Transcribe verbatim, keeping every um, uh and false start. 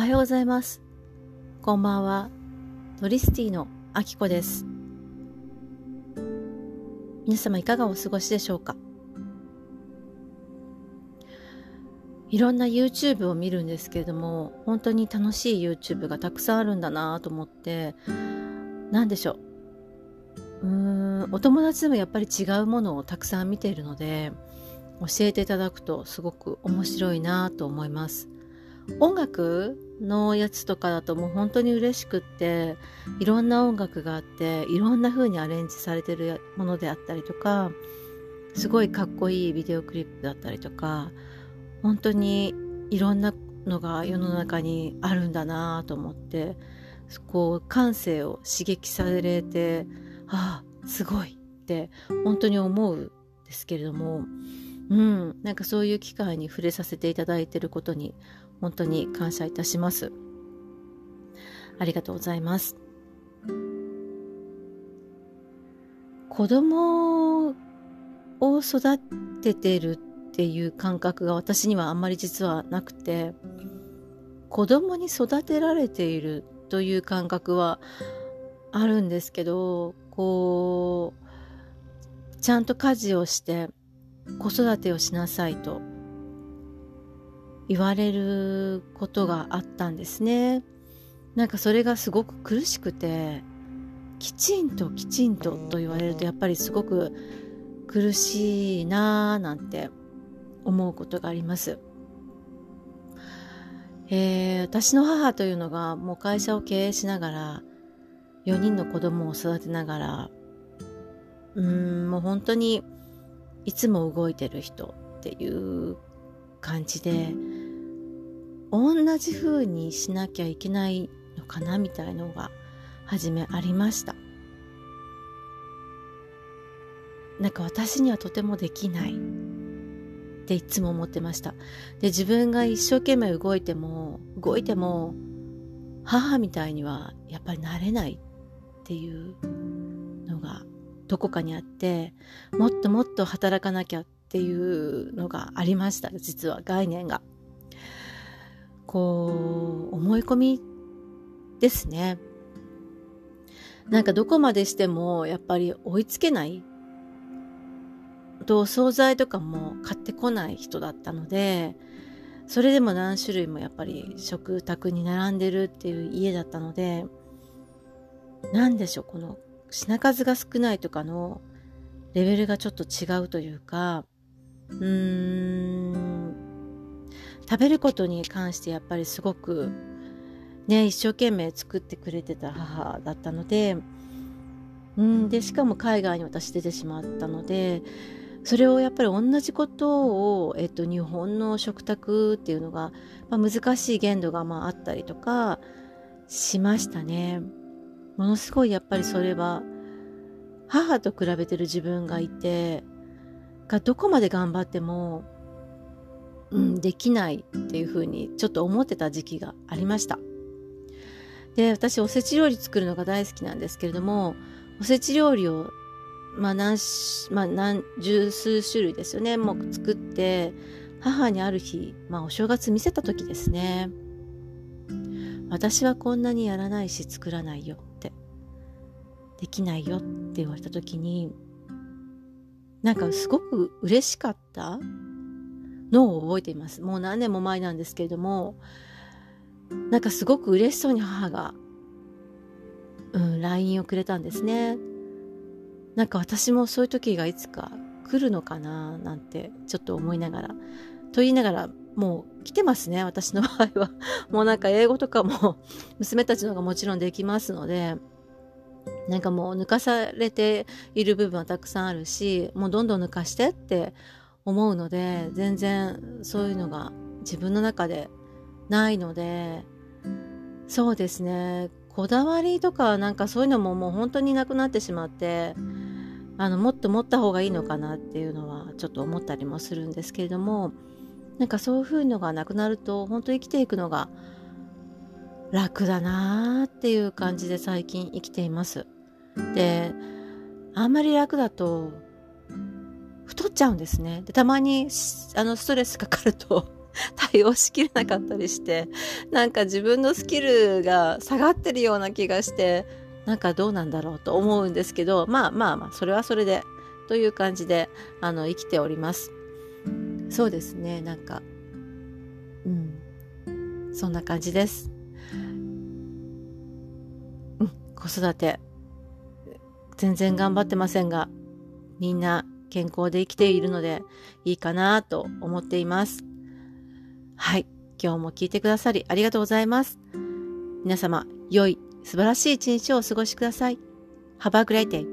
はようございます。こんばんは。ノリスティのあきこです。皆様いかがお過ごしでしょうか。いろんな YouTube を見るんですけれども、本当に楽しい YouTube がたくさんあるんだなと思って、なんでしょう。うーん、お友達でもやっぱり違うものをたくさん見ているので、教えていただくとすごく面白いなと思います。音楽のやつとかだともう本当に嬉しくって、いろんな音楽があっていろんな風にアレンジされてるものであったりとか、すごいかっこいいビデオクリップだったりとか、本当にいろんなのが世の中にあるんだなと思って、こう感性を刺激されて、ああすごいって本当に思うんですけれども、うん、なんかそういう機会に触れさせていただいていることに本当に感謝いたします。ありがとうございます。子供を育ててるっていう感覚が私にはあんまり実はなくて、子供に育てられているという感覚はあるんですけど、こうちゃんと家事をして子育てをしなさいと言われることがあったんですね。なんかそれがすごく苦しくて、きちんときちんとと言われるとやっぱりすごく苦しいなぁなんて思うことがあります。えー、私の母というのがもう会社を経営しながらよにんの子供を育てながら、うーんもう本当にいつも動いてる人っていう感じで、同じ風にしなきゃいけないのかなみたいのが初めありました。なんか私にはとてもできないっていつも思ってました。で、自分が一生懸命動いても動いても母みたいにはやっぱりなれないっていうのがどこかにあって、もっともっと働かなきゃっていうのがありました。実は概念がこう思い込みですね。なんかどこまでしてもやっぱり追いつけないと、お惣菜とかも買ってこない人だったので、それでも何種類もやっぱり食卓に並んでるっていう家だったので、なんでしょう、この品数が少ないとかのレベルがちょっと違うというか、うーん食べることに関してやっぱりすごくね、一生懸命作ってくれてた母だったので、うんでしかも海外に私出てしまったので、それをやっぱり同じことを、えっと、日本の食卓っていうのが、まあ、難しい限度がまああったりとかしましたね。ものすごいやっぱりそれは母と比べてる自分がいて、がどこまで頑張っても、うん、できないっていうふうにちょっと思ってた時期がありました。で、私おせち料理作るのが大好きなんですけれども、おせち料理をまあ何し、まあ何十数種類ですよね、もう作って、母にある日、まあお正月見せた時ですね。私はこんなにやらないし作らないよって、できないよって言われた時に、なんかすごく嬉しかったのを覚えています。もう何年も前なんですけれども、なんかすごく嬉しそうに母が、うん、ライン をくれたんですね。なんか私もそういう時がいつか来るのかななんてちょっと思いながら、と言いながらもう来てますね、私の場合は。もうなんか英語とかも娘たちの方がもちろんできますので、なんかもう抜かされている部分はたくさんあるし、もうどんどん抜かしてって思うので、全然そういうのが自分の中でないので、そうですね、こだわりとかなんかそういうのももう本当になくなってしまって、あのもっと持った方がいいのかなっていうのはちょっと思ったりもするんですけれども、なんかそういうのがなくなると本当生きていくのが楽だなーっていう感じで最近生きています。で、あんまり楽だと太っちゃうんですね。で、たまにあのストレスかかると対応しきれなかったりして、なんか自分のスキルが下がってるような気がして、なんかどうなんだろうと思うんですけど、まあまあまあ、それはそれで、という感じで、あの、生きております。そうですね、なんか、うん、そんな感じです。うん、子育て、全然頑張ってませんが、みんな健康で生きているので、いいかなと思っています。はい。今日も聞いてくださりありがとうございます。皆様、良い、素晴らしい一日をお過ごしください。Have a great day.